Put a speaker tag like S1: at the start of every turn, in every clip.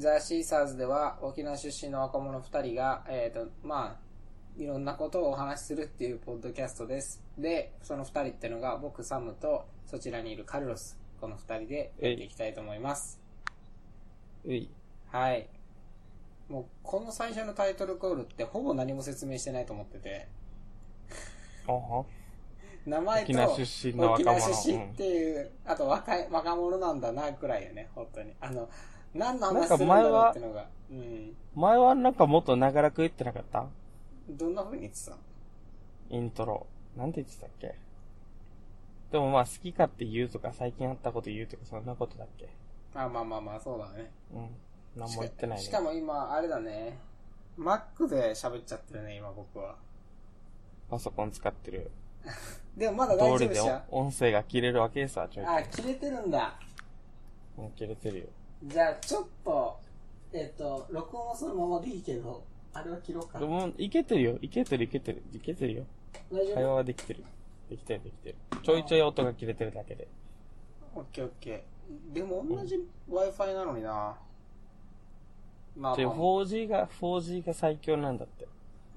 S1: ザ・シーサーズでは沖縄出身の若者2人が、いろんなことをお話しするっていうポッドキャストです。で、その2人ってのが僕、サムとそちらにいるカルロス。この2人でやっていきたいと思います。はい。もう、この最初のタイトルコールってほぼ何も説明してないと思ってて。名前と沖縄出身の若者っていう、あと若者なんだなくらいよね、本当に。何の話するんだろうってのが。
S2: 前はなんかもっと長らく言ってなかった？
S1: どんな風に言ってた？
S2: イントロ。なんて言ってたっけ？でもまあ好きかって言うとか最近あったこと言うとかそんなことだっけ？
S1: まあ、そうだね。
S2: 何も言ってないね。
S1: しかも今、あれだね。Mac で喋っちゃってるね、今僕は。
S2: パソコン使ってる。
S1: でもまだ大丈夫でしょ？
S2: 通りで音声が切れるわけさ、ちょい。
S1: 切れてるんだ。
S2: 切れてるよ。じ
S1: ゃあ、ちょっと、録音はそのままでいいけど、あれは切ろうか。
S2: でも、いけてるよ。いけてるよ。
S1: 大丈夫？
S2: 会話はできてる。できてる。ちょいちょい音が切れてるだけで。
S1: オッケー。でも同じ Wi-Fi なのにな。
S2: 4G が最強なんだって。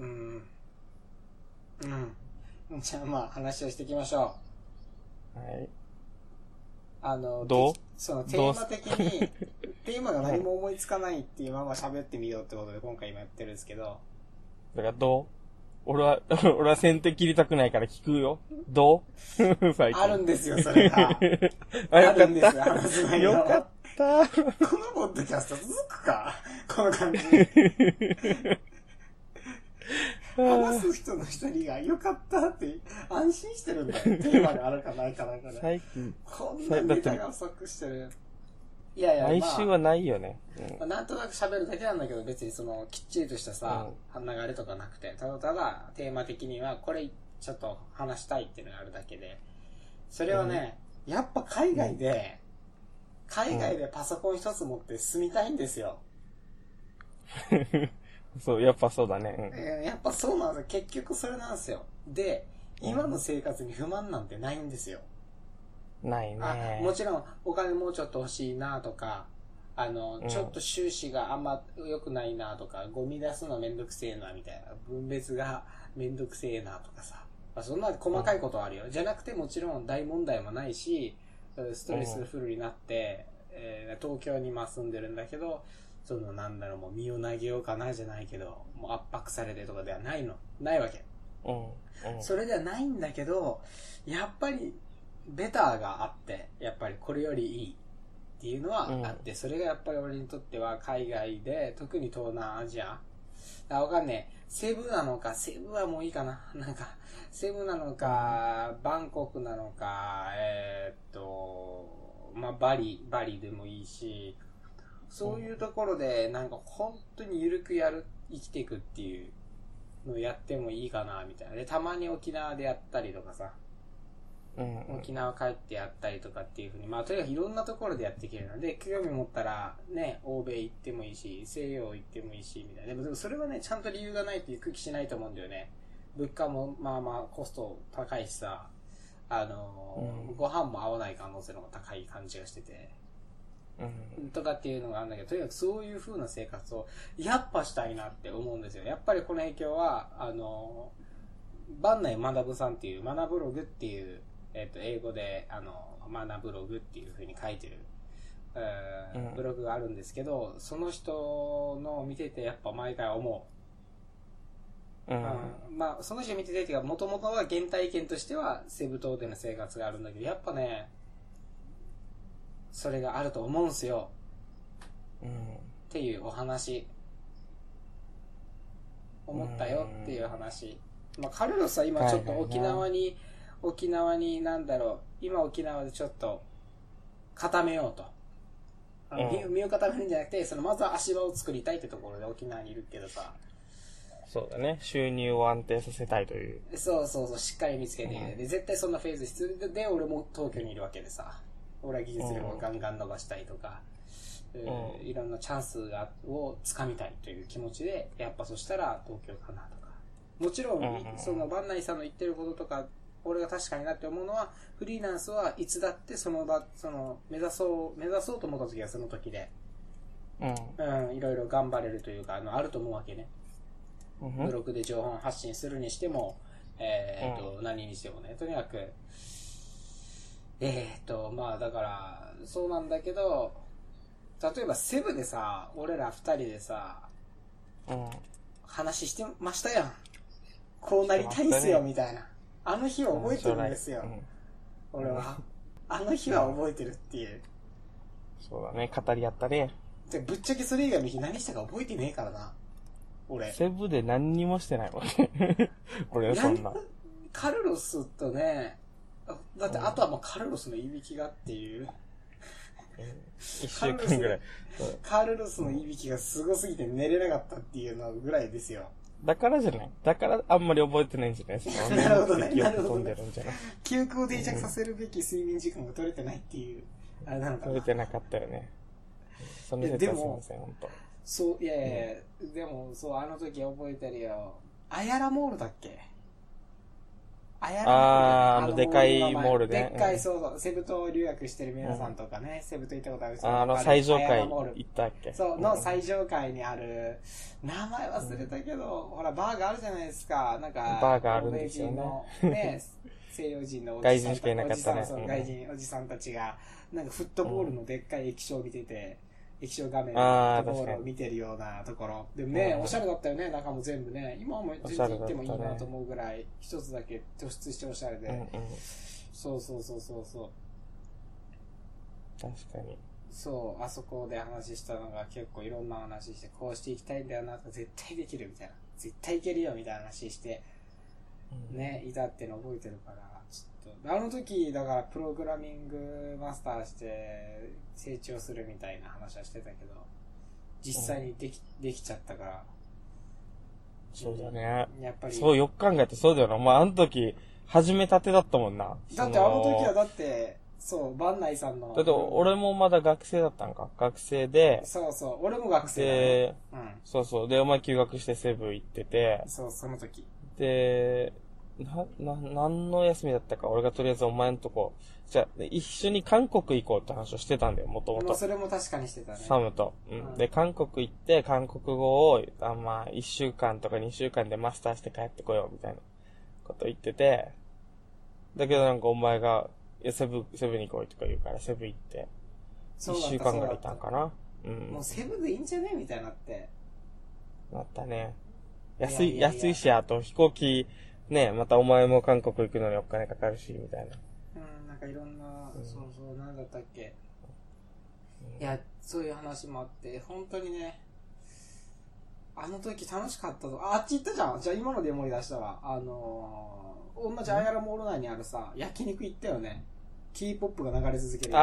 S1: じゃあ話をしていきましょ
S2: う。はい。
S1: どう？そのテーマ的に、テーマが何も思いつかないっていうまま喋ってみようってことで今回今やってるんですけど。
S2: だからどう？俺は先手切りたくないから聞くよ。どう？最近。
S1: あるんですよ、それが。
S2: あるんですよ、
S1: 話す内容。
S2: よかった。
S1: このポッドキャスト続くか？この感じ。話す人の一人が良かったって安心してるんだよ。テーマがあるかないかなんかね。
S2: 最近。
S1: こんなネタが不足してる。いや、
S2: 毎週はないよね。
S1: なんとなく喋るだけなんだけど、別にその、きっちりとしたさ、流れとかなくて、ただテーマ的には、これちょっと話したいっていうのがあるだけで、それはね、やっぱ海外でパソコン一つ持って住みたいんですよ。
S2: そう、やっぱそうだね。
S1: やっぱそうなんですよ。結局それなんですよ。で、今の生活に不満なんてないんですよ。
S2: ないね。
S1: もちろん、お金もうちょっと欲しいなとか、ちょっと収支があんま良くないなとか、ゴミ出すのめんどくせえなみたいな、分別がめんどくせえなとかさ、そんな細かいことはあるよ。じゃなくてもちろん大問題もないし、ストレスフルになって、東京に住んでるんだけど、もう身を投げようかなじゃないけど、もう圧迫されてとかではないわけ。それではないんだけど、やっぱり、ベターがあって、やっぱりこれよりいいっていうのはあって、それがやっぱり俺にとっては海外で、特に東南アジア。わかんねえ。セブなのか、セブはもういいかな。セブなのか、バンコクなのか、バリでもいいし、そういうところで、本当にゆるく生きていくっていうのをやってもいいかな、みたいな。で、たまに沖縄でやったりとかさ。沖縄帰ってやったりとかっていう風に、とにかくいろんなところでやっていけるので、興味持ったらね、欧米行ってもいいし、西洋行ってもいいし、みたいな。でもそれはね、ちゃんと理由がないと行く気しないと思うんだよね。物価もコスト高いしさ、ご飯も合わない可能性の方が高い感じがしてて。とかっていうのがあるんだけど、とにかくそういう風な生活をやっぱしたいなって思うんですよ。やっぱりこの影響は、万内学さんっていう、学ブログっていう、英語で、学ブログっていう風に書いてる、ブログがあるんですけど、その人のを見ててやっぱ毎回思う。その人見ててっていうか、もともとは原体験としては、セブ島での生活があるんだけど、やっぱね、それがあると思うんすよ。っていうお話。思ったよっていう話。カルロスは今ちょっと沖縄に今沖縄でちょっと固めようと。身を固めるんじゃなくて、まずは足場を作りたいってところで沖縄にいるけどさ。
S2: そうだね。収入を安定させたいという。
S1: そう、しっかり見つけていく。で、絶対そんなフェーズ必要で、俺も東京にいるわけでさ。俺は技術力をガンガン伸ばしたいとか、いろんなチャンスをつかみたいという気持ちで、やっぱそしたら東京かなとか。もちろん、万内さんの言ってることとか、俺が確かになって思うのは、フリーランスはいつだって目指そうと思った時はその時で、 いろいろ頑張れるというか、あると思うわけね。ブログで情報発信するにしても、何にしてもね、とにかく、まあだから、そうなんだけど、例えばセブでさ、俺ら二人でさ、話してましたやん。こうなりたいっすよ、みたいな。あの日は覚えてるんですよ。俺は。あの日は覚えてるっていう。
S2: そうだね、語り合ったね。
S1: で、ぶっちゃけそれ以外の日何したか覚えてねえからな。俺。
S2: セブで何にもしてないもんね。俺そんな。
S1: カルロスとね、だってあとはもうカルロスのいびきがっていう。
S2: 一週間ぐらい。
S1: カルロスのいびきがすごすぎて寝れなかったっていうのぐらいですよ。
S2: だからじゃない。だからあんまり覚えてないんじゃないですか。
S1: なるほどね。
S2: なるほどね。
S1: 記憶を定着させるべき睡眠時間が取れてないっていう、あれなのかな。
S2: 取れてなかったよね。その説はすいません、ほんと。
S1: そう、いやいや、でも、そう、あの時覚えてるよ。アヤラモールだっけ？
S2: でかいモールね。
S1: でっかい、そうそう、セブ島留学してる皆さんとかね、セブ島行ったことある人
S2: 最上階行ったっけ？
S1: そう、の最上階にある、名前忘れたけど、ほら、バーがあるじゃないですか。なんか、
S2: バーがあるんですよね。
S1: ね、西洋人の
S2: 外人しかいなかったね。
S1: 外人、おじさんたちが、なんかフットボールのでっかい液晶を見てて、液晶画面でフットボールを見てるようなところ。でもね、おしゃれだったよね、中も全部ね。今も全然行ってもいいなと思うぐらい、一つだけ突出しておしゃれで。そうそうそうそうそう。
S2: 確かに。
S1: そう、あそこで話したのが結構いろんな話して、こうしていきたいんだよなとか、絶対できるみたいな。絶対いけるよみたいな話して、ね、いたっての覚えてるから、ちょっと、あの時、だからプログラミングマスターして成長するみたいな話はしてたけど、実際にできちゃったから。
S2: そうだね。
S1: やっぱり。
S2: そう、よく考えてそうだよな。お前あの時、始めたてだったもんな。
S1: だってあの時はだって、そう、バンナイさんの。
S2: だって俺もまだ学生だったんか。学生で。
S1: そうそう、俺も学生だね。
S2: そうそう。で、お前休学してセブン行ってて。
S1: そう、その時。
S2: で、何の休みだったか、俺がとりあえずお前んとこ、じゃあ、一緒に韓国行こうって話をしてたんだよ、もともと。
S1: それも確かにしてたね。
S2: サムと。で、韓国行って、韓国語を、まあ、1週間とか2週間でマスターして帰ってこよう、みたいなこと言ってて、だけどなんかお前が、いや、セブに来いとか言うから、セブ行って、1週間ぐらいいたんかな。
S1: もうセブでいいんじゃねみたいになって。
S2: なったね。安いし、あと飛行機、ね、またお前も韓国行くのにお金かかるし、みたいな。
S1: なんかいろんな、そうそう、なんだったっけ。いや、そういう話もあって、本当にね、あの時楽しかったと。あっち行ったじゃん。じゃあ今ので思い出したわ。同じアヤラモール内にあるさ、焼肉行ったよね。K-POP が流れ続ける。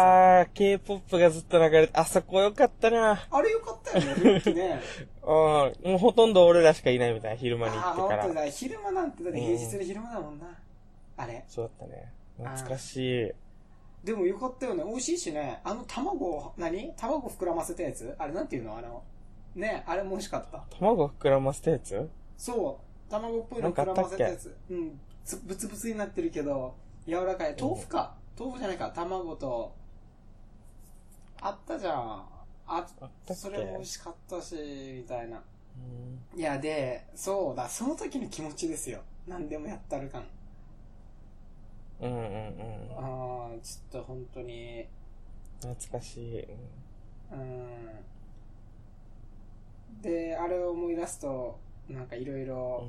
S2: K-POP がずっと流れて、あそこよかったな。
S1: あれよかったよね、雰囲気ね。
S2: もうほとんど俺らしかいないみたいな、昼間に行ってから。
S1: 本当だ、昼間なんて、だって平日で昼間だもんな。あれ。
S2: そうだったね。懐かしい。
S1: でもよかったよね。美味しいしね。卵膨らませたやつあれなんていうのね、あれも美味しかった。
S2: 卵膨らませたやつ？
S1: そう。卵っぽいの膨らませたやつ。ブツブツになってるけど、柔らかい。豆腐か。豆腐じゃないか。卵と、あったじゃん。それも美味しかったし、みたいな。いや、で、そうだ。その時の気持ちですよ。何でもやったる感。ちょっと本当に。
S2: 懐かしい。
S1: で、あれを思い出すと、なんかいろいろ、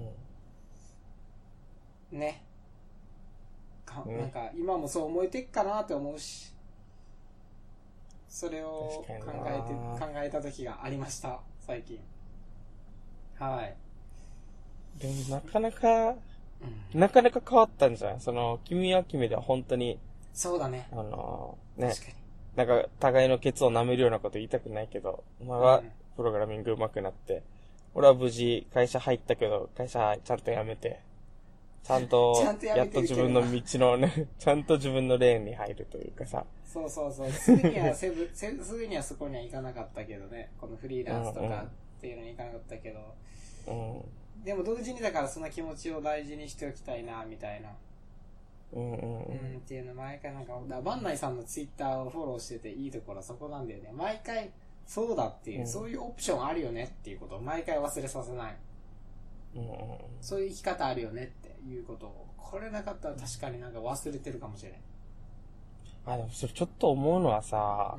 S1: ね。なんか今もそう思えてっかなって思うし、それを考えた時がありました、最近。はい。
S2: でもなかなか変わったんじゃない？君は君では本当に。
S1: そうだね。
S2: ね。確か
S1: に。
S2: なんか、互いのケツを舐めるようなこと言いたくないけど、お前はプログラミング上手くなって、俺は無事会社入ったけど、会社ちゃんと辞めて、ちゃんと、やっと自分の道のね、ちゃんと自分のレーンに入るというかさ。
S1: そう。すぐにはすぐにはそこには行かなかったけどね。このフリーランスとかっていうのに行かなかったけど。でも同時にだからその気持ちを大事にしておきたいな、みたいな。っていうの毎回なんか、バンナイさんのツイッターをフォローしてていいところそこなんだよね。毎回、 そうだっていう、そういうオプションあるよねっていうことを毎回忘れさせない。そういう生き方あるよねっていうことを、これなかったら確かになんか忘れてるかもしれない。
S2: でもそれちょっと思うのはさ、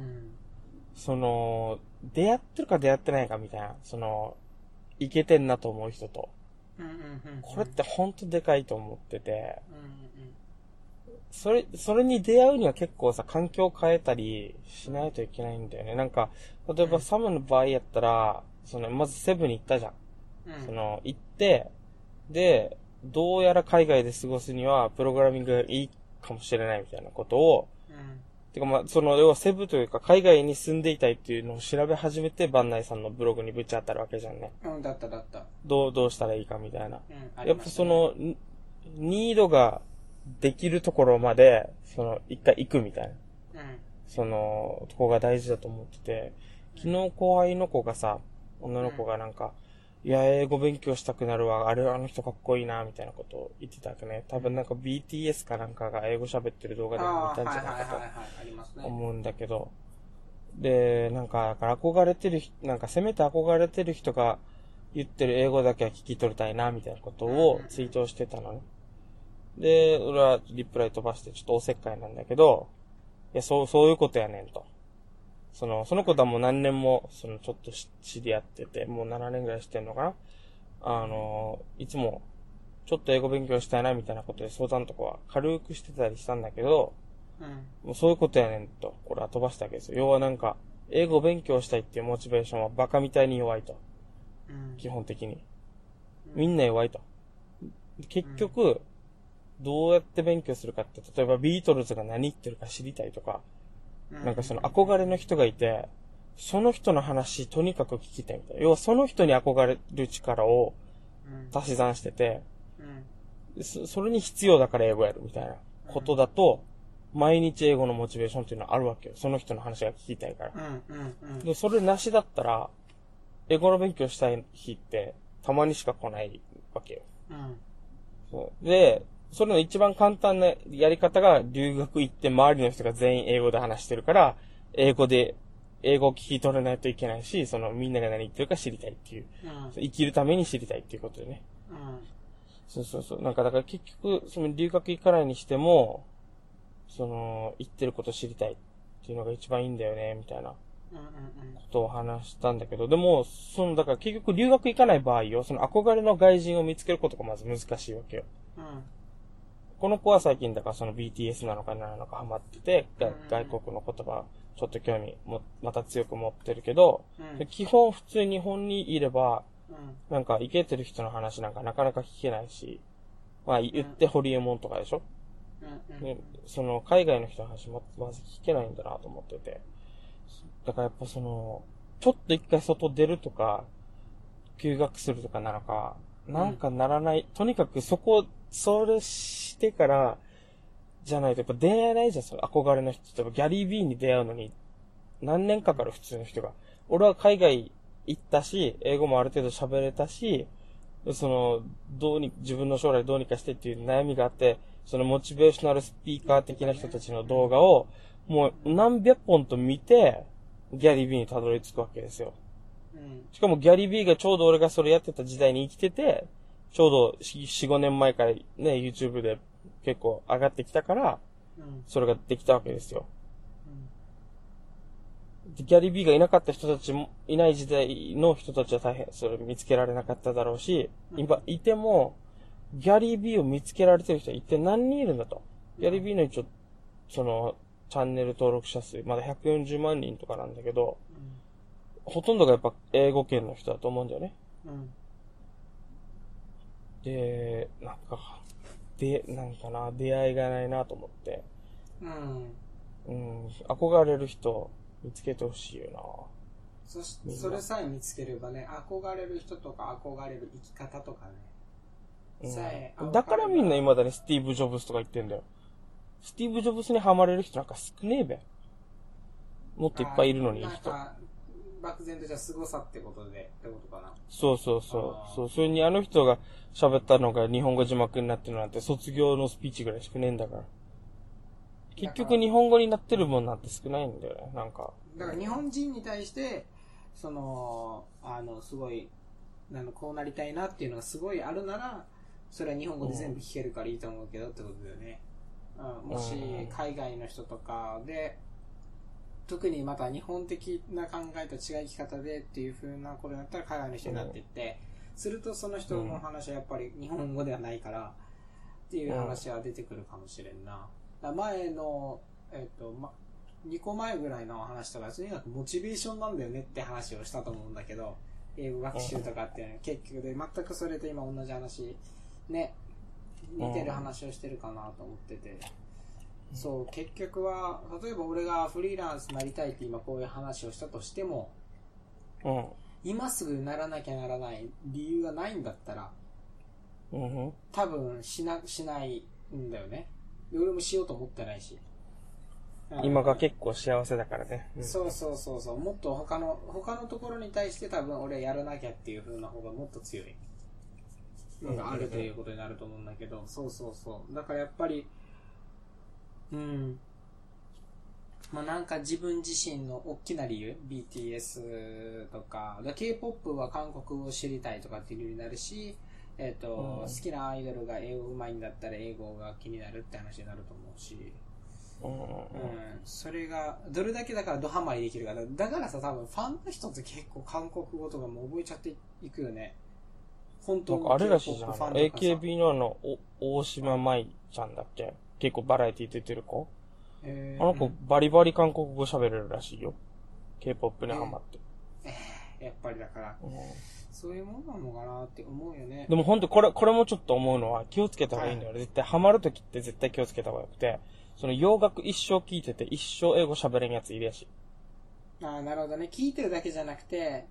S2: 出会ってるか出会ってないかみたいな、いけてんなと思う人と。これってほんとでかいと思ってて、それに出会うには結構さ、環境を変えたりしないといけないんだよね。なんか、例えばサムの場合やったら、まずセブンに行ったじゃん。行って、で、どうやら海外で過ごすには、プログラミングがいいかもしれないみたいなことを、てか要はセブというか海外に住んでいたいっていうのを調べ始めて、バンナイさんのブログにぶち当たるわけじゃんね。
S1: だった。
S2: どうしたらいいかみたいな。やっぱニードができるところまで、一回行くみたいな。とこが大事だと思ってて、昨日後輩の子がさ、女の子がなんか、いや、英語勉強したくなるわ。あの人かっこいいな、みたいなことを言ってたわけね。多分なんか BTS かなんかが英語喋ってる動画でも見たんじゃないかと思うんだけど。で、なんか憧れてる、なんかせめて憧れてる人が言ってる英語だけは聞き取りたいな、みたいなことをツイートしてたのね。で、俺はリプライ飛ばしてちょっとおせっかいなんだけど、いや、そういうことやねんと。その子とはもう何年も、ちょっと知り合ってて、もう7年ぐらいしてんのかな。いつも、ちょっと英語勉強したいな、みたいなことで相談とかは軽くしてたりしたんだけど、もうそういうことやねんと、これは飛ばしたわけですよ。要はなんか、英語勉強したいっていうモチベーションはバカみたいに弱いと。基本的に。みんな弱いと。結局、どうやって勉強するかって、例えばビートルズが何言ってるか知りたいとか、なんか憧れの人がいて、その人の話とにかく聞きたいみたいな。要はその人に憧れる力を足し算してて、それに必要だから英語やるみたいなことだと、毎日英語のモチベーションっていうのはあるわけよ。その人の話が聞きたいから。で、それなしだったら、英語の勉強したい日ってたまにしか来ないわけよ。で、それの一番簡単なやり方が留学行って周りの人が全員英語で話してるから、英語を聞き取れないといけないし、みんなが何言ってるか知りたいっていう。生きるために知りたいっていうことでね。そう。なんかだから結局、留学行かないにしても、言ってること知りたいっていうのが一番いいんだよね、みたいなことを話したんだけど、でも、だから結局留学行かない場合よ、憧れの外人を見つけることがまず難しいわけよ。この子は最近だからBTS なのかなのかハマってて、外国の言葉ちょっと興味また強く持ってるけど、基本普通日本にいれば、なんかイケてる人の話なんかなかなか聞けないし、まあ言ってホリエモンとかでしょ、海外の人の話まず聞けないんだなと思ってて。だからやっぱちょっと一回外出るとか、休学するとかなのか、なんかならない、とにかくそれしてから、じゃないとやっぱ出会えないじゃん、憧れの人。例えばギャリー・ビーに出会うのに、何年かかる普通の人が。俺は海外行ったし、英語もある程度喋れたし、自分の将来どうにかしてっていう悩みがあって、モチベーショナルスピーカー的な人たちの動画を、もう何百本と見て、ギャリー・ビーにたどり着くわけですよ。しかもギャリー・ビーがちょうど俺がそれやってた時代に生きてて、ちょうど4、5年前からね、YouTube で結構上がってきたから、それができたわけですよ。でギャリー・ビーがいなかった人たちも、いない時代の人たちは大変、それ見つけられなかっただろうし、今、いても、ギャリー・ビーを見つけられてる人は一体何人いるんだと。ギャリー・ビーの一応、チャンネル登録者数、まだ140万人とかなんだけど、ほとんどがやっぱ英語圏の人だと思うんだよね。で、なんか出会いがないなと思って。憧れる人、見つけてほしいよな。
S1: それさえ見つければね、憧れる人とか憧れる生き方とかね。
S2: だからみんな未だにスティーブ・ジョブズとか言ってんだよ。スティーブ・ジョブズにハマれる人なんか少ねえべ。もっといっぱいいるのにいい人。
S1: 漠然とじゃ凄さってことかな。
S2: そう。それにあの人が喋ったのが日本語字幕になってるなんて卒業のスピーチぐらいしかねえんだから。結局日本語になってるもんなんて少ないんだよね、なんか。
S1: だから日本人に対して、 すごい、こうなりたいなっていうのがすごいあるなら、それは日本語で全部聞けるからいいと思うけどってことだよね。もし、海外の人とかで、特にまた日本的な考えと違う生き方でっていう風なことだったら海外の人になっていって、するとその人の話はやっぱり日本語ではないからっていう話は出てくるかもしれんな。前の、2個前ぐらいの話とか、とにかくモチベーションなんだよねって話をしたと思うんだけど、英語学習とかっていうのは結局で、全くそれと今同じ話、ね、似てる話をしてるかなと思ってて。そう、結局は、例えば俺がフリーランスになりたいって今こういう話をしたとしても、今すぐならなきゃならない理由がないんだったら、多分しないんだよね。で俺もしようと思ってないし。
S2: 今が結構幸せだからね。
S1: そう。もっと他のところに対して多分俺やらなきゃっていう風な方がもっと強いのがあるということになると思うんだけど、そう。だからやっぱり、なんか自分自身の大きな理由、BTS とか、K-POP は韓国語を知りたいとかっていう理由になるし、好きなアイドルが英語上手いんだったら英語が気になるって話になると思うし、それがどれだけだからドハマりできるかだからさ、多分ファンの人って結構韓国語とかも覚えちゃっていくよね。本当
S2: なんかあれらしいじゃん。AKB の大島舞ちゃんだっけ、結構バラエティ出てる子、あの子バリバリ韓国語喋れるらしいよ。K-POP にハマって。
S1: やっぱりだから、そういうもんなのかなって思うよね。
S2: でも本当これもちょっと思うのは気をつけた方がいいんだよ。絶対ハマるときって絶対気をつけた方がよくて、その洋楽一生聞いてて一生英語喋れんやついるやし。
S1: なるほどね。聞いてるだけじゃなくて、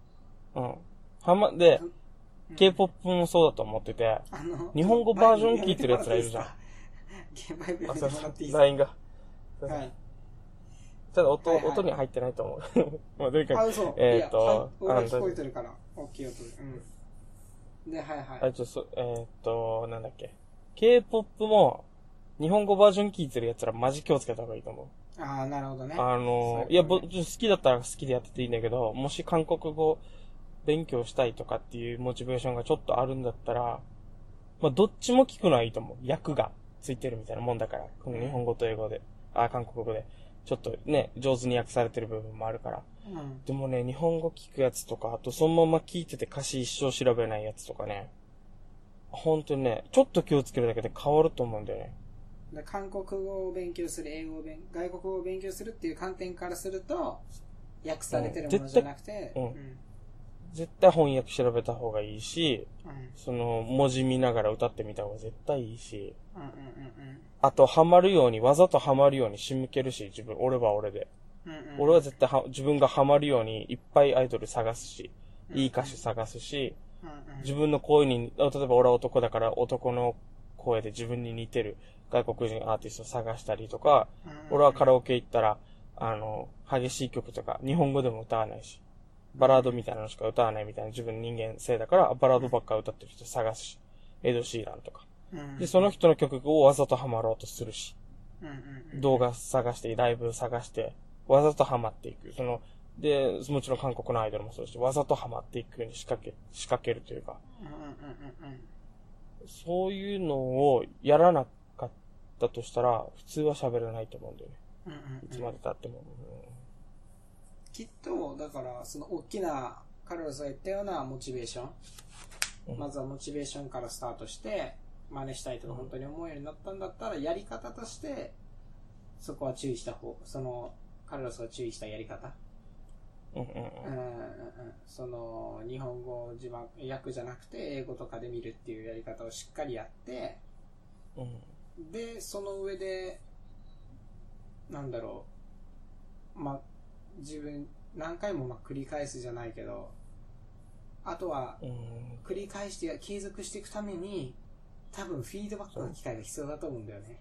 S2: で、K-POP もそうだと思ってて、日本語バージョン聞いてるやつらいるじゃん。LINE が。はい。ただ音に入ってないと思う。まあ、とにかく。
S1: そう。俺が聞こえてるから。大きい音で。で、
S2: なんだっけ。K-POP も、日本語バージョン聞いてるやつらマジ気をつけた方がいいと思う。
S1: なるほどね。
S2: いや、好きだったら好きでやってていいんだけど、もし韓国語勉強したいとかっていうモチベーションがちょっとあるんだったら、まあ、どっちも聞くのはいいと思う。訳がついてるみたいなもんだから。この日本語と英語で、韓国語で。ちょっとね、上手に訳されてる部分もあるから。でもね、日本語聞くやつとか、あとそのまま聞いてて歌詞一生調べないやつとかね。本当にね、ちょっと気をつけるだけで変わると思うんだよね。
S1: 韓国語を勉強する、外国語を勉強するっていう観点からすると、訳されてるものじゃなくて、
S2: 絶対翻訳調べた方がいいし、その文字見ながら歌ってみた方が絶対いいし、あとわざとハマるように仕向けるし、俺は俺で。俺は絶対自分がハマるようにいっぱいアイドル探すし、いい歌手探すし、自分の声に、例えば俺は男だから男の声で自分に似てる外国人アーティストを探したりとか、俺はカラオケ行ったら、激しい曲とか日本語でも歌わないし、バラードみたいなのしか歌わないみたいな自分の人間性だから、バラードばっか歌ってる人探すし、エド・シーランとか。で、その人の曲をわざとハマろうとするし、動画探して、ライブ探して、わざとハマっていく。で、もちろん韓国のアイドルもそうですし、わざとハマっていくように仕掛けるというか、そういうのをやらなかったとしたら、普通は喋れないと思うんだよね。いつまで経っても。
S1: きっと、だから、その大きな、カルロスが言ったようなモチベーション。まずはモチベーションからスタートして、真似したいとか本当に思うようになったんだったら、やり方として、そこは注意した方、カルロスが注意したやり方。日本語字幕訳じゃなくて英語とかで見るっていうやり方をしっかりやって、でその上で自分何回も繰り返すじゃないけど、あとは繰り返して継続していくために多分フィードバックの機会が必要だと思うんだよね。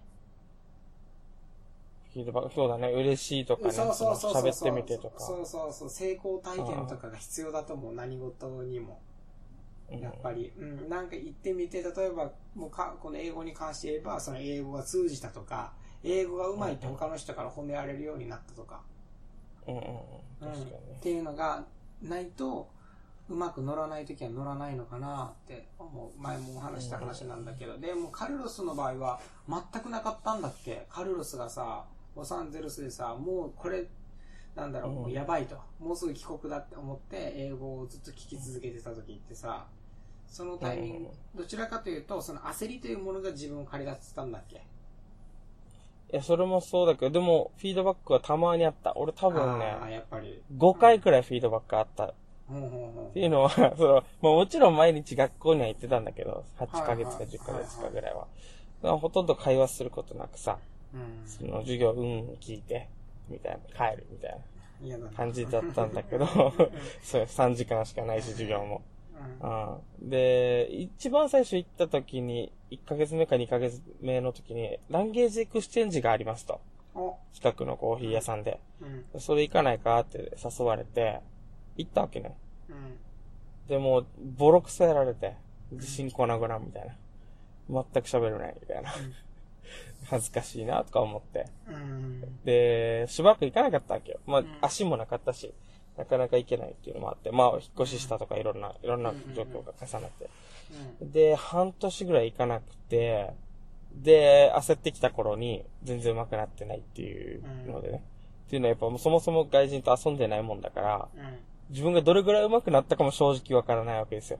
S2: そうだね、嬉しいとかね、喋ってみてとか。
S1: 成功体験とかが必要だと思う、何事にも。やっぱり、なんか言ってみて、例えば、この英語に関して言えば、その英語が通じたとか、英語が上手いって他の人から褒められるようになったとか。っていうのが、 ないと、うまく乗らないときは乗らないのかなって思う。前もお話した話なんだけど。でもカルロスの場合は全くなかったんだっけ？カルロスがさ、ロサンゼルスでさ、もうこれ、なんだろう、もうやばいと。もうすぐ帰国だって思って英語をずっと聞き続けてたときってさ、そのタイミング、どちらかというと、その焦りというものが自分を駆り出してたんだっけ？
S2: いや、それもそうだけど、でも、フィードバックはたまにあった。俺多分ね、
S1: やっぱり
S2: 5回くらいフィードバックあった。っていうのは、もちろん毎日学校には行ってたんだけど、8ヶ月か10ヶ月かぐらいは。ほとんど会話することなくさ、その授業、聞いて、みたいな、帰るみたいな感じだったんだけど、そう、3時間しかないし、授業も。で、一番最初行った時に、1ヶ月目か2ヶ月目の時に、ランゲージエクスチェンジがありますと。近くのコーヒー屋さんで。それ行かないかって誘われて、行ったわけね。でも、ボロクソやられて、自信こなぐらんみたいな。全く喋れないみたいな。恥ずかしいなとか思って。で、しばらく行かなかったわけよ。足もなかったし、なかなか行けないっていうのもあって、引っ越ししたとかいろんな状況が重なって。で、半年ぐらい行かなくて、で、焦ってきた頃に全然上手くなってないっていうのでね。っていうのはやっぱそもそも外人と遊んでないもんだから、自分がどれぐらい上手くなったかも正直わからないわけですよ。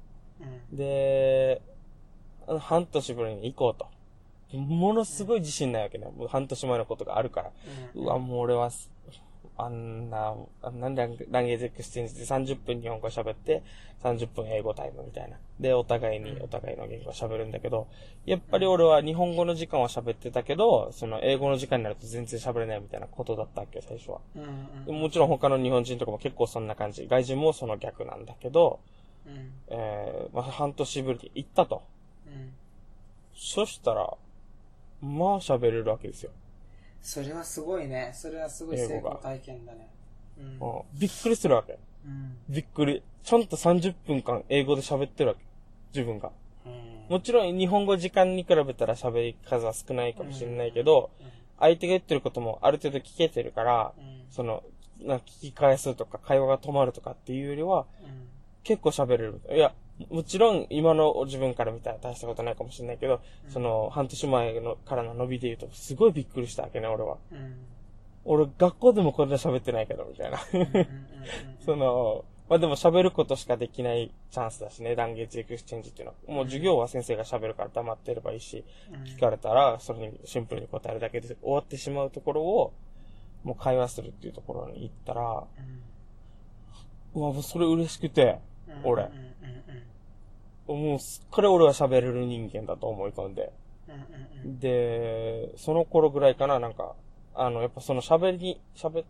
S2: で、半年ぶりに行こうと。ものすごい自信ないわけね。もう半年前のことがあるから。うわ、もう俺は、ランゲージエクスチェンジで30分日本語喋って、30分英語タイムみたいな。で、お互いの言語を喋るんだけど、やっぱり俺は日本語の時間は喋ってたけど、その英語の時間になると全然喋れないみたいなことだったわけよ、最初は。もちろん他の日本人とかも結構そんな感じ。外人もその逆なんだけど、半年ぶりに行ったと。そしたら、喋れるわけですよ。
S1: それはすごいね。それはすごい成功体験だね。
S2: びっくりするわけ。びっくり。ちゃんと30分間英語で喋ってるわけ。自分が。もちろん日本語時間に比べたら喋り数は少ないかもしれないけど、相手が言ってることもある程度聞けてるから、聞き返すとか会話が止まるとかっていうよりは、結構喋れる。いや、もちろん今の自分から見たら大したことないかもしれないけど、半年前からの伸びで言うとすごいびっくりしたわけね、俺は。俺学校でもこんな喋ってないけど、みたいな。でも喋ることしかできないチャンスだしね、ランゲージエクスチェンジっていうのは。もう授業は先生が喋るから黙ってればいいし、聞かれたらそれにシンプルに答えるだけで終わってしまうところを、もう会話するっていうところに行ったら、もうそれ嬉しくて、俺。もうすっかり俺は喋れる人間だと思い込んで。で、その頃ぐらいかな、やっぱその喋って、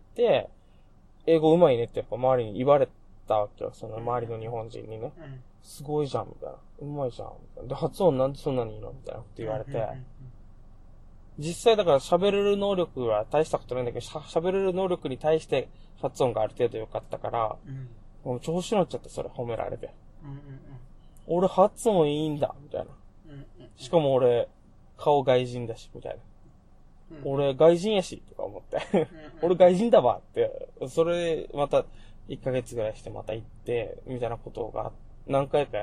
S2: 英語上手いねってやっぱ周りに言われたわけよ。その周りの日本人にね。すごいじゃん、みたいな。上手いじゃん、みたいな。で、発音なんでそんなにいいのみたいなこと言われて。実際だから喋れる能力は大したことないんだけど、喋れる能力に対して発音がある程度良かったから、もう調子乗っちゃって、それ褒められて。俺発音いいんだ、みたいな。しかも俺、顔外人だし、みたいな。俺外人やし、とか思って。俺外人だわって、それまた1ヶ月ぐらいしてまた行って、みたいなことが何回かやって、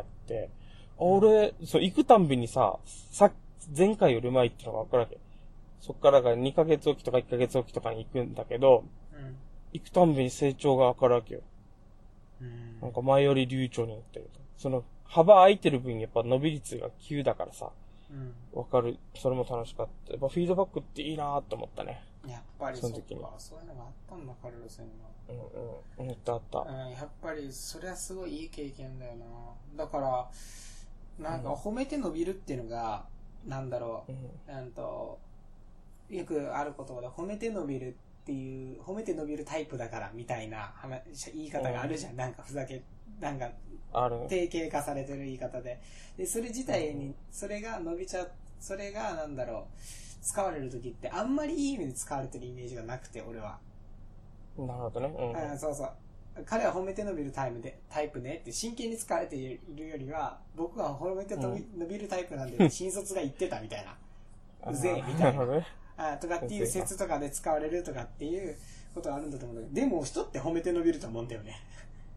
S2: 俺、行くたんびに前回より前ってのが分かるわけ。そっからが2ヶ月おきとか1ヶ月おきとかに行くんだけど、行くたんびに成長が分かるわけよ。前より流暢になってると。幅空いてる分やっぱ伸び率が急だからさ。わかる。それも楽しかった。やっぱフィードバックっていいなーって思ったね。
S1: やっぱりその時に。そういうのがあったんだ、カルロスには。
S2: あった。
S1: やっぱりそれはすごいいい経験だよな。だから、褒めて伸びるっていうのが、よくある言葉で褒めて伸びるっていう、褒めて伸びるタイプだからみたいな言い方があるじゃん。ふざけ、定型化されてる言い方で。で、それ自体に、それが使われる時ってあんまりいい意味で使われてるイメージがなくて、俺は。
S2: なるほどね。
S1: そうそう。彼は褒めて伸びるタイプねって真剣に使われているよりは、僕は褒めて伸びるタイプなんで、新卒が言ってたみたいな。うぜえみたいな。とかっていう説とかで使われるとかっていうことがあるんだと思うんだけど、でも人って褒めて伸びると思うんだよね。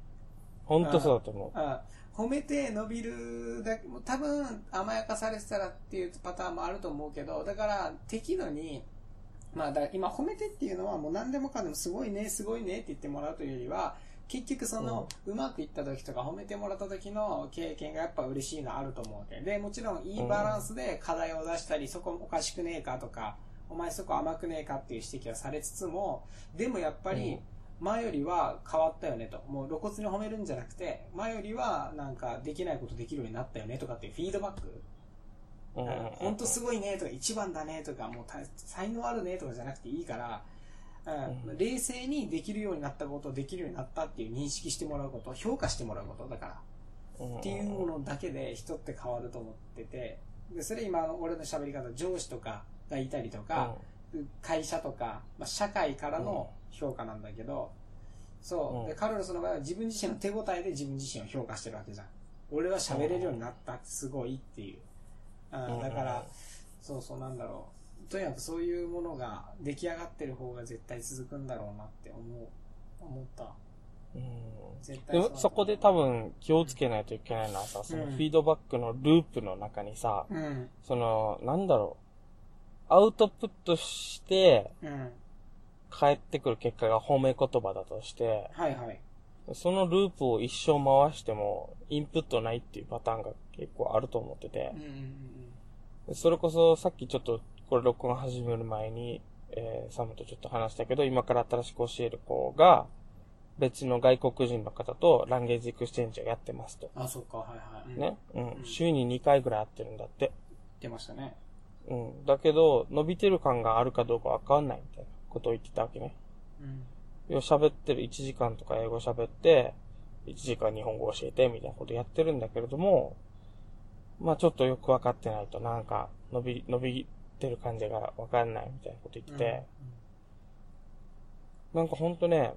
S2: ほんとそうだと思う。
S1: 褒めて伸びるだけ、多分甘やかされてたらっていうパターンもあると思うけど、だから適度に、まあだ今褒めてっていうのはもう何でもかんでもすごいね、すごいねって言ってもらうというよりは、結局その、うまくいった時とか褒めてもらった時の経験がやっぱ嬉しいのあると思うわけで、もちろんいいバランスで課題を出したり、そこおかしくねえかとか、お前そこ甘くねえかっていう指摘はされつつも、でもやっぱり前よりは変わったよねと、もう露骨に褒めるんじゃなくて、前よりはなんかできないことできるようになったよねとかっていうフィードバック、ほんとすごいねとか一番だねとか、もう才能あるねとかじゃなくていいから、冷静にできるようになったことをできるようになったっていう認識してもらうこと、評価してもらうことだからっていうものだけで人って変わると思ってて、でそれ今俺の喋り方、上司とかがいたりとか、会社とか、まあ、社会からの評価なんだけど、そうでカルロスの場合は自分自身の手応えで自分自身を評価してるわけじゃん。俺は喋れるようになったってすごいっていう、だからそうなんだろう、とにかくそういうものが出来上がってる方が絶対続くんだろうなって思った。
S2: 絶対でもそこで多分気をつけないといけないのはさ、そのフィードバックのループの中にさ、そのなんだろう、アウトプットして、返ってくる結果が褒め言葉だとして、そのループを一生回してもインプットないっていうパターンが結構あると思ってて、それこそさっきちょっとこれ録音始める前に、サムとちょっと話したけど、今から新しく教える子が別の外国人の方とランゲージエクスチェンジをやってますと。
S1: あ、そっか、はいはい。
S2: ね、週に2回ぐらい会ってるんだって。
S1: 出ましたね。
S2: だけど伸びてる感があるかどうかわかんないみたいなことを言ってたわけね。喋ってる1時間とか英語喋って、1時間日本語教えてみたいなことやってるんだけれども、まあちょっとよくわかってないとなんか伸びてる感じがわかんないみたいなこと言ってて、なんかほんとね、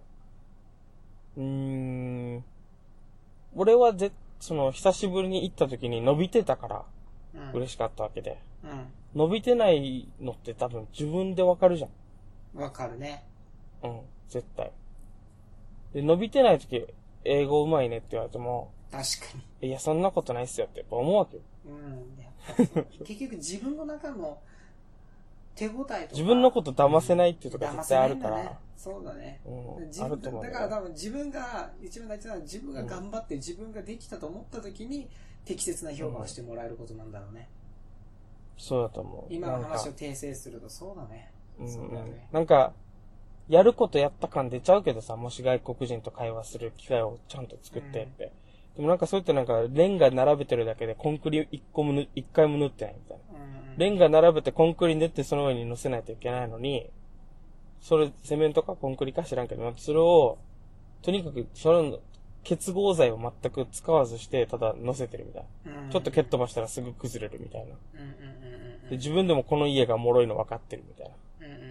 S2: 俺はその久しぶりに行った時に伸びてたから嬉しかったわけで、伸びてないのって多分自分でわかるじゃん。
S1: わかるね。
S2: 絶対。で、伸びてないとき、英語うまいねって言われても、
S1: 確か
S2: に。いや、そんなことないっすよってやっぱ思うわけよ。
S1: 結局自分の中の手応えとか。
S2: 自分のこと騙せないっていうとこ絶対あるから。
S1: そうだね。
S2: あると思う。
S1: だから多分自分が、一番大事なのは自分が頑張って自分ができたと思ったときに、適切な評価をしてもらえることなんだろうね。
S2: そうだと思う。
S1: 今の話を訂正するとそうだね。そうだね。
S2: なんか、やることやった感出ちゃうけどさ、もし外国人と会話する機会をちゃんと作ってって。でもなんかそうやってなんか、レンガ並べてるだけでコンクリ一回も塗ってないみたいな。レンガ並べてコンクリ塗ってその上に乗せないといけないのに、それ、セメントかコンクリか知らんけど、それを、とにかく、その、結合剤を全く使わずして、ただ乗せてるみたいな。ちょっと蹴っ飛ばしたらすぐ崩れるみたいな。で、自分でもこの家が脆いの分かってるみたいな。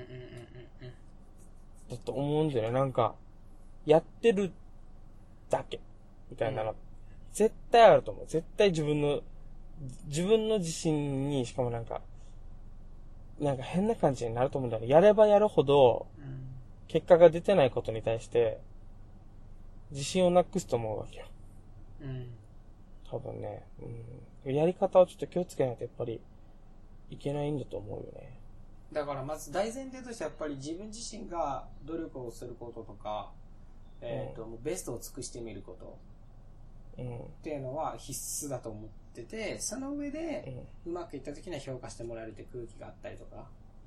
S2: だと思うんだよね。なんか、やってるだけ。みたいなの。絶対あると思う。絶対自分の自信に、しかもなんか変な感じになると思うんだよね。やればやるほど、結果が出てないことに対して、自信をなくすと思うわけよ。多分ね。やり方をちょっと気をつけないとやっぱり、いけないんだと思うよね。
S1: だからまず大前提としてやっぱり自分自身が努力をすることとか、もうベストを尽くしてみること、っていうのは必須だと思ってて、その上で、うまくいった時には評価してもらえるって空気があったりとか、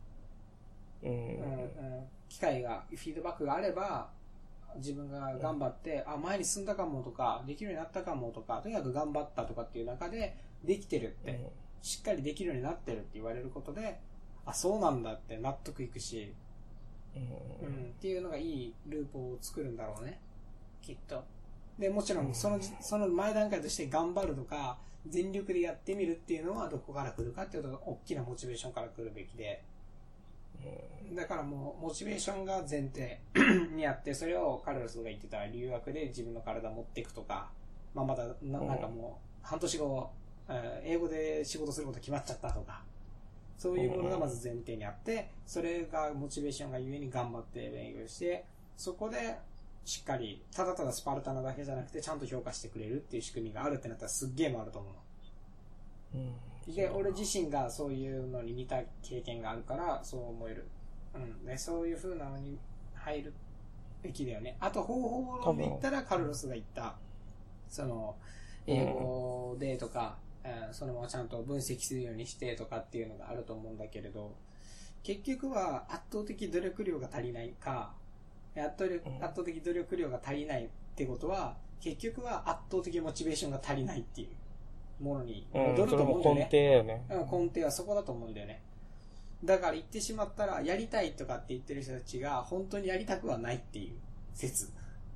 S1: 機会が、フィードバックがあれば、自分が頑張って、前に進んだかもとか、できるようになったかもとか、とにかく頑張ったとかっていう中で、できてるって、しっかりできるようになってるって言われることで、そうなんだって納得いくし、っていうのがいいループを作るんだろうね、きっと。で、もちろんその前段階として頑張るとか、全力でやってみるっていうのはどこから来るかっていうと、大きなモチベーションから来るべきで、だからもうモチベーションが前提にあって、それをカルロスが言ってた留学で自分の体持っていくとか、まだなんかもう半年後、英語で仕事すること決まっちゃったとか、そういうものがまず前提にあって、それがモチベーションがゆえに頑張って勉強して、そこでしっかり、ただただスパルタなだけじゃなくて、ちゃんと評価してくれるっていう仕組みがあるってなったらすっげえ回ると思うの。で、俺自身がそういうのに似た経験があるから、そう思える。で、そういう風なのに入るべきだよね。あと、方法論で言ったら、カルロスが言った、その、英語でとか、そのままちゃんと分析するようにしてとかっていうのがあると思うんだけれど、結局は圧倒的努力量が足りないか、圧倒的努力量が足りないってことは、結局は圧倒的モチベーションが足りないっていうものに戻ると思うんだよね。
S2: 根底よね。
S1: 根底はそこだと思うんだよね。だから言ってしまったら、やりたいとかって言ってる人たちが本当にやりたくはないっていう説。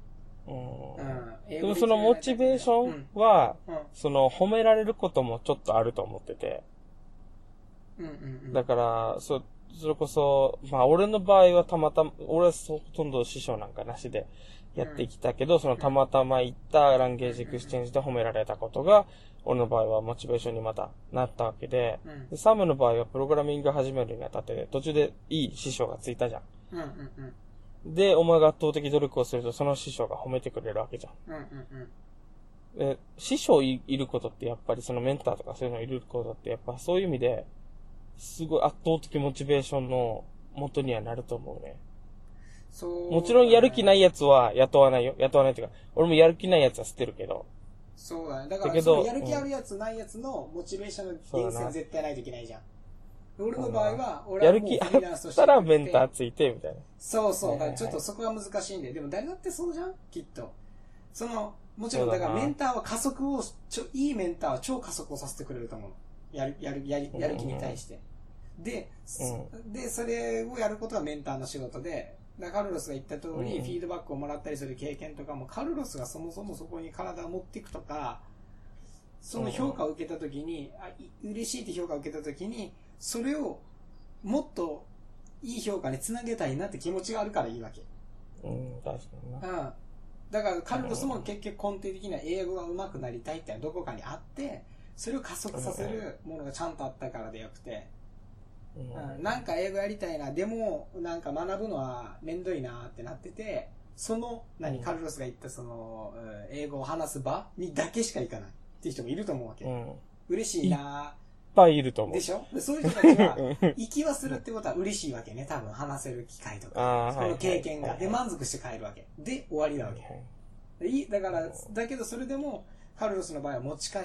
S2: でもそのモチベーションは、その褒められることもちょっとあると思ってて。だから、それこそ、まあ俺の場合はたまたま、俺はほとんど師匠なんかなしでやってきたけど、そのたまたま行ったランゲージエクスチェンジで褒められたことが、俺の場合はモチベーションにまたなったわけで、サムの場合はプログラミング始めるにあたって、途中でいい師匠がついたじゃん。で、お前が圧倒的努力をすると、その師匠が褒めてくれるわけじゃん。で、師匠いることってやっぱりそのメンターとかそういうのいることってやっぱそういう意味で、すごい圧倒的モチベーションの元にはなると思うね。もちろんやる気ないやつは雇わないよ。雇わないっていうか、俺もやる気ないやつは捨てるけど。
S1: そうだね。だからそのやる気あるやつないやつのモチベーションの源泉絶対ないといけないじゃん。俺の場合は、俺はもうフリーランスとして。
S2: やる気あったらメンターついて、みたいな。
S1: そうそう。だからちょっとそこが難しいんで。でも誰だってそうじゃんきっと。もちろんだからメンターは加速を、いいメンターは超加速をさせてくれると思う。やる気に対して。で、それをやることがメンターの仕事で、カルロスが言った通り、フィードバックをもらったりする経験とかも、カルロスがそもそもそこに体を持っていくとか、その評価を受けたときに、嬉しいって評価を受けたときに、それをもっといい評価につなげたいなって気持ちがあるからいいわけ。
S2: 確かにな。
S1: だからカルロスも結局根底的には英語が上手くなりたいってのはどこかにあって、それを加速させるものがちゃんとあったからでよくて、なんか英語やりたいな、でもなんか学ぶのはめんどいなってなってて、カルロスが言ったその、英語を話す場にだけしか行かないっていう人もいると思うわけ。嬉しいな。
S2: いっぱいいると思う。
S1: でしょ？そういう人たちは、行きはするってことは嬉しいわけね。多分話せる機会とか、その経験が。で、満足して帰るわけ。で、終わりなわけ。だから、だけどそれでも、カルロスの場合は持ち帰って、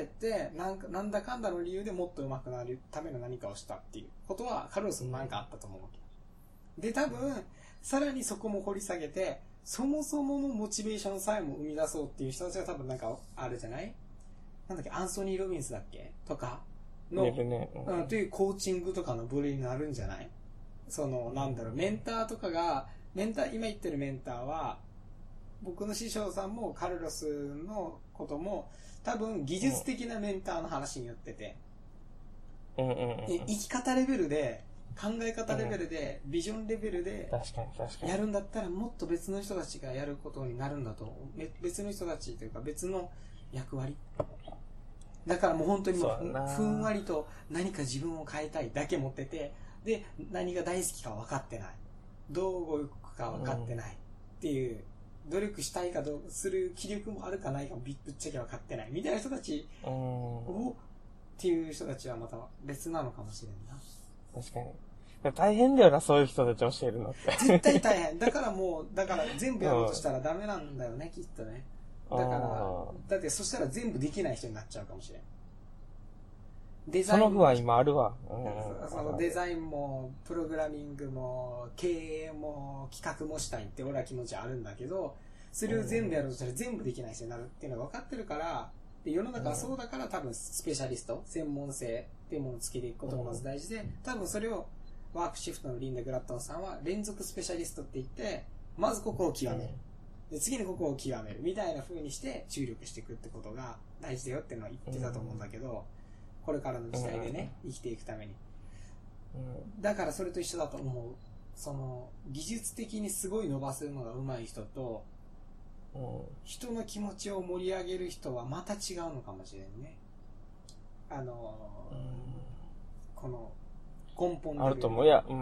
S1: なんだかんだの理由でもっと上手くなるための何かをしたっていうことは、カルロスもなんかあったと思うわけ。で、多分、さらにそこも掘り下げて、そもそものモチベーションさえも生み出そうっていう人たちが多分なんかあるじゃない？なんだっけ、アンソニー・ロビンスだっけとかの、というコーチングとかの部類になるんじゃない？メンターとかが、今言ってるメンターは、僕の師匠さんもカルロスのことも、多分技術的なメンターの話によってて、生き方レベルで、考え方レベルで、ビジョンレベルで、やるんだったらもっと別の人たちがやることになるんだと思う。別の人たちというか別の役割。だからもう本当にふんわりと何か自分を変えたいだけ持ってて、で、何が大好きか分かってない。どう動くか分かってない。っていう、努力したいかする気力もあるかないかもぶっちゃけ分かってない。みたいな人たちっていう人たちはまた別なのかもしれんな。
S2: 確かに。大変だよな、そういう人たち教えるのって。
S1: 絶対大変。だから全部やろうとしたらダメなんだよね、きっとね。だってそしたら全部できない人になっちゃうかもしれん。
S2: その不安今あるわ。
S1: デザインも、プログラミングも、経営も、企画もしたいって俺は気持ちあるんだけど、それを全部やろうとしたら全部できない人になるっていうのが分かってるから、で世の中はそうだから多分スペシャリスト、専門性っていうものをつけていくことがまず大事で、多分それをワークシフトのリンダ・グラットンさんは連続スペシャリストって言って、まずここを極める。で次にここを極めるみたいな風にして注力していくってことが大事だよっていうのは言ってたと思うんだけど、これからの時代でね、生きていくために。だからそれと一緒だと思う。技術的にすごい伸ばせるのが上手い人と、人の気持ちを盛り上げる人はまた違うのかもしれんね。この根本
S2: あると思う。いや、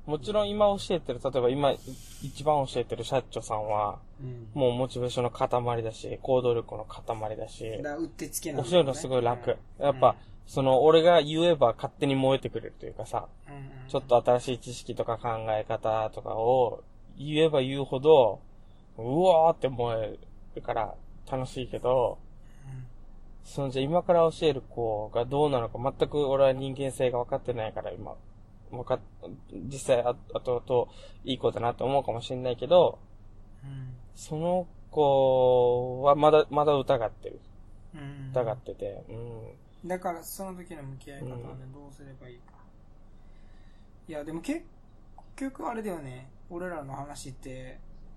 S2: もちろん今教えてる、例えば今一番教えてる社長さんは、もうモチベーションの塊だし、行動力の塊だし、
S1: うってつけなんだよね。
S2: 教えるのすごい楽。やっぱ、俺が言えば勝手に燃えてくれるというかさ、ちょっと新しい知識とか考え方とかを言えば言うほど、うわーって燃えるから楽しいけど、じゃあ今から教える子がどうなのか全く俺は人間性が分かってないから今、実際後々いい子だなって思うかもしれないけど、その子はまだ疑ってる。疑ってて、
S1: だからその時の向き合い方はね、どうすればいいか。いやでも結局あれだよね、俺らの話って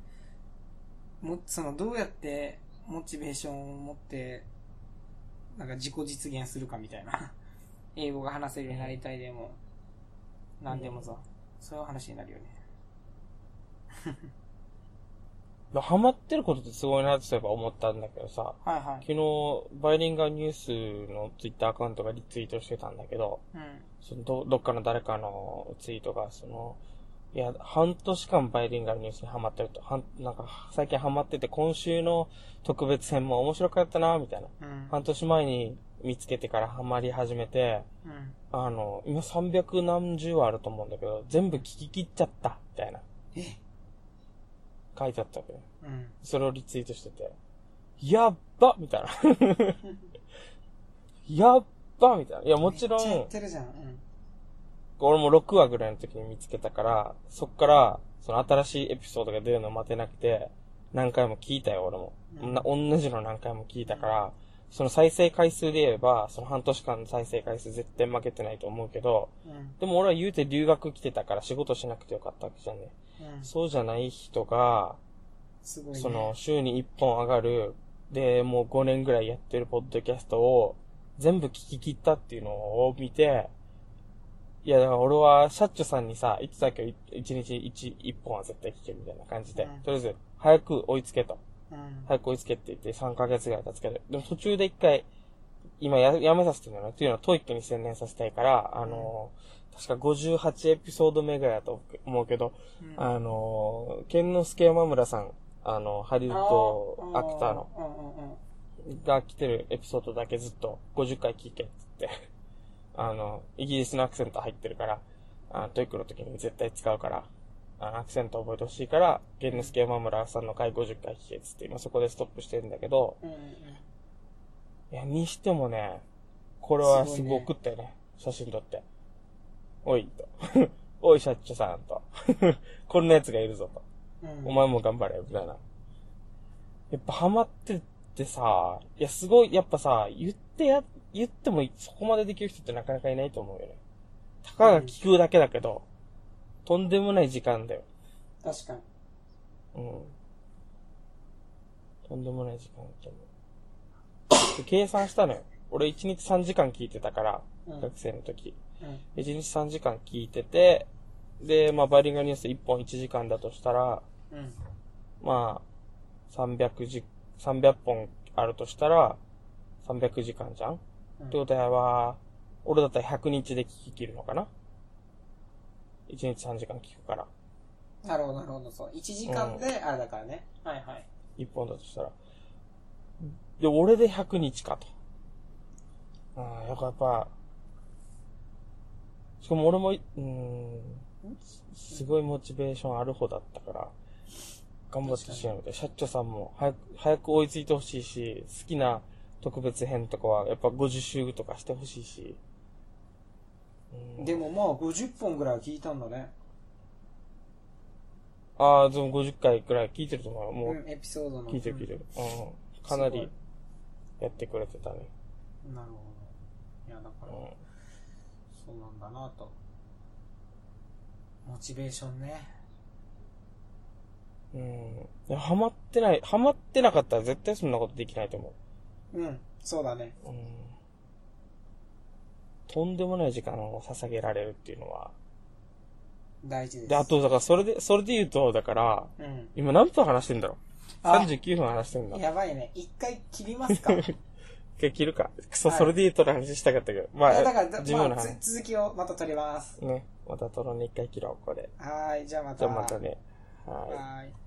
S1: どうやってモチベーションを持ってなんか自己実現するかみたいな英語が話せるようになりたいでも何でもさ、そういう話になるよね。
S2: ハマってることってすごいなってそういえば思ったんだけどさ、昨日バイリンガルニュースのツイッターアカウントがリツイートしてたんだけど、どっかの誰かのツイートがいや、半年間バイリンガルニュースにハマってると、なんか最近ハマってて今週の特別編も面白かったなみたいな、半年前に見つけてからハマり始めて、今300何十話あると思うんだけど、全部聞き切っちゃった、みたいな。書いてあったわけ。それをリツイートしてて、やっばみたいな。やっばみたいな。いや、もちろん、
S1: めっちゃやってるじゃん。
S2: 俺も6話ぐらいの時に見つけたから、そっから、新しいエピソードが出るのを待てなくて、何回も聞いたよ、俺も。同じの何回も聞いたから、その再生回数で言えば、半年間の再生回数絶対負けてないと思うけど、でも俺は言うて留学来てたから仕事しなくてよかったわけじゃんね。そうじゃない人が、
S1: すごいね、
S2: 週に1本上がる、で、もう5年ぐらいやってるポッドキャストを全部聞き切ったっていうのを見て、いや、だから俺はシャッチョさんにさ、言ってたけど、1日1本は絶対聞けるみたいな感じで、とりあえず、早く追いつけと。早く追いつけって言って3ヶ月ぐらい経つけど、でも途中で一回、今やめさせてるのよ。っていうのはトイックに専念させたいから、確か58エピソード目ぐらいだと思うけど、剣之助山村さん、ハリウッドアクターの、が来てるエピソードだけずっと50回聞けって言って、イギリスのアクセント入ってるから、トイックの時に絶対使うから、アクセント覚えてほしいから、剣之助山村さんの回50回聞けっつって、今そこでストップしてるんだけど、いや、にしてもね、これはすごくってね、写真撮って。おい、と。おい、シャッチョさん、と。こんな奴がいるぞ、と。お前も頑張れ、みたいな。やっぱハマってってさ、いや、すごい、やっぱさ、言ってもそこまでできる人ってなかなかいないと思うよね。たかが聞くだけだけど、とんでもない時間だよ。
S1: 確かに。
S2: とんでもない時間だと思う。計算したのよ。俺1日3時間聞いてたから、学生の時。1日3時間聞いてて、で、バイリンガルニュース1本1時間だとしたら、300本あるとしたら、300時間じゃん、ってことは、俺だったら100日で聞き切るのかな ?1 日3時間聞くから。
S1: なるほど、なるほど、そう。1時間で、あれだからね。はいはい。
S2: 1本だとしたら。で、俺で100日かと。やっぱ、しかも俺も、すごいモチベーションある方だったから、頑張ってほしいので、シャッチョさんも早く追いついてほしいし、好きな特別編とかはやっぱ50週とかしてほしいし。
S1: でも50本ぐらいは聞いたんだね。
S2: でも50回くらい聞いてると思う。もう、
S1: エピソードの。
S2: 聞いてる。かなりやってくれてたね。
S1: なるほど。いや、だから、そうなんだなと。モチベーションね。
S2: いや、ハマってなかったら絶対そんなことできないと思
S1: う。そうだね。
S2: とんでもない時間を捧げられるっていうのは、
S1: 大事です。
S2: で、あと、だからそれで言うと、だから、今何分話してんだろう ?39 分話してんだ。
S1: やばいね。一回切りますか
S2: 一回切るか。クソ、
S1: はい
S2: それで言うと話したかったけど。まあ、
S1: だから、まあ、
S2: 自分の話。
S1: 続きをまた撮ります。
S2: ね。また撮ろうね、一回切ろう、これ。
S1: はい、じゃあまた。
S2: じゃあまたね。はい。
S1: はい。